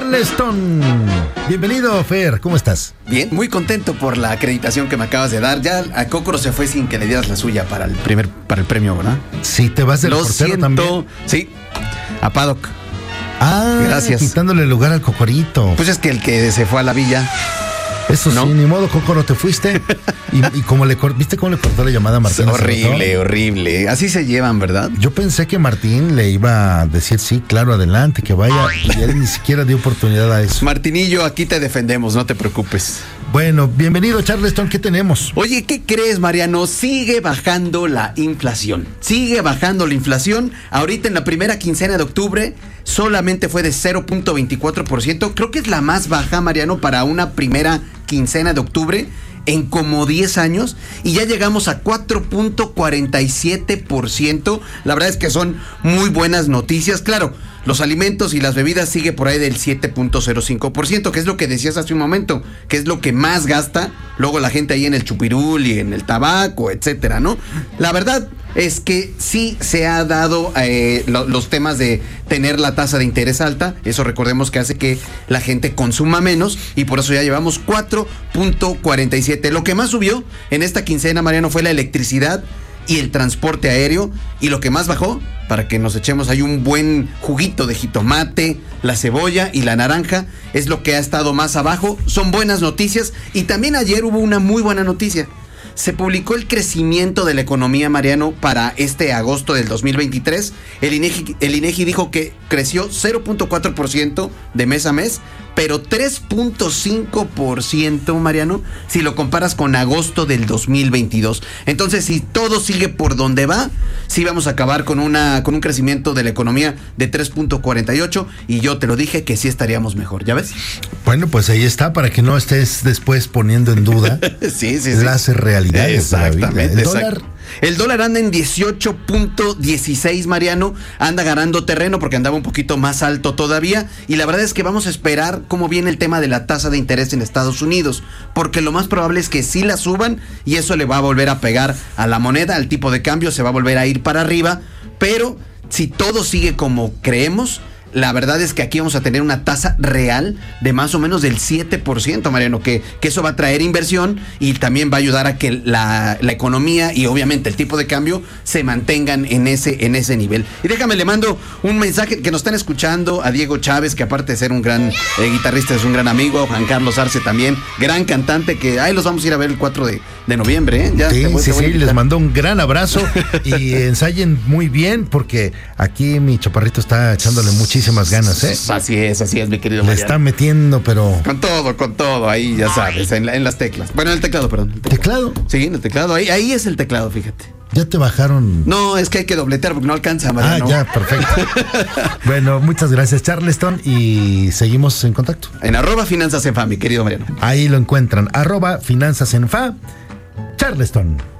Charleston. Bienvenido, Fer, ¿cómo estás? Bien, muy contento por la acreditación que me acabas de dar. Ya a Cocoro se fue sin que le dieras la suya para el premio, ¿verdad? Sí, te vas del Lo portero siento. también. Sí, a Paddock. Gracias. Quitándole lugar al Cocorito. Pues es que el que se fue a la villa. Eso ¿no? Sí, ni modo, Cocoro, te fuiste. y como ¿viste cómo le cortó la llamada a Martín? Horrible. Así se llevan, ¿verdad? Yo pensé que Martín le iba a decir sí, claro, adelante, que vaya. Y él ni siquiera dio oportunidad a eso. Martinillo, aquí te defendemos, no te preocupes. Bueno, bienvenido, Charleston, ¿qué tenemos? Oye, ¿qué crees, Mariano? Sigue bajando la inflación. Ahorita en la primera quincena de octubre solamente fue de 0.24%. Creo que es la más baja, Mariano, para una primera quincena de octubre en como 10 años. Y ya llegamos a 4.47%. La verdad es que son muy buenas noticias. Claro, los alimentos y las bebidas sigue por ahí del 7.05%, que es lo que decías hace un momento, que es lo que más gasta luego la gente ahí en el chupirul y en el tabaco, etcétera, ¿no? La verdad es que sí se ha dado los temas de tener la tasa de interés alta. Eso recordemos que hace que la gente consuma menos y por eso ya llevamos 4.47. Lo que más subió en esta quincena, Mariano, fue la electricidad y el transporte aéreo, y lo que más bajó, para que nos echemos ahí un buen juguito de jitomate, la cebolla y la naranja, es lo que ha estado más abajo. Son buenas noticias. Y también ayer hubo una muy buena noticia. Se publicó el crecimiento de la economía, Mariano, para este agosto del 2023. El INEGI dijo que creció 0.4% de mes a mes, pero 3.5%, Mariano, si lo comparas con agosto del 2022. Entonces, si todo sigue por donde va, sí vamos a acabar con un crecimiento de la economía de 3.48, y yo te lo dije que sí estaríamos mejor, ¿ya ves? Bueno, pues ahí está, para que no estés después poniendo en duda sí. las realidades. Exactamente. El dólar anda en 18.16, Mariano, anda ganando terreno porque andaba un poquito más alto todavía, y la verdad es que vamos a esperar cómo viene el tema de la tasa de interés en Estados Unidos, porque lo más probable es que sí la suban y eso le va a volver a pegar a la moneda, al tipo de cambio, se va a volver a ir para arriba, pero si todo sigue como creemos, la verdad es que aquí vamos a tener una tasa real de más o menos del 7%, Mariano, que eso va a traer inversión y también va a ayudar a que la economía y obviamente el tipo de cambio se mantengan en ese nivel. Y déjame, le mando un mensaje que nos están escuchando a Diego Chávez, que aparte de ser un gran guitarrista, es un gran amigo, Juan Carlos Arce también, gran cantante, que ahí los vamos a ir a ver el 4 de noviembre, ¿eh? Ya sí, les mando un gran abrazo y ensayen muy bien, porque aquí mi chaparrito está echándole muchísimas ganas, ¿eh? Así es, mi querido Le Mariano. está metiendo, pero... Con todo, ahí ya sabes, en las teclas. Bueno, en el teclado, perdón. ¿Teclado? Sí, en el teclado, ahí es el teclado, fíjate. Ya te bajaron... No, es que hay que dobletear porque no alcanza, Mariano. Ya, perfecto. Bueno, muchas gracias, Charleston, y seguimos en contacto. En @finanzasenfa, mi querido Mariano. Ahí lo encuentran, @finanzasenfa, Charleston.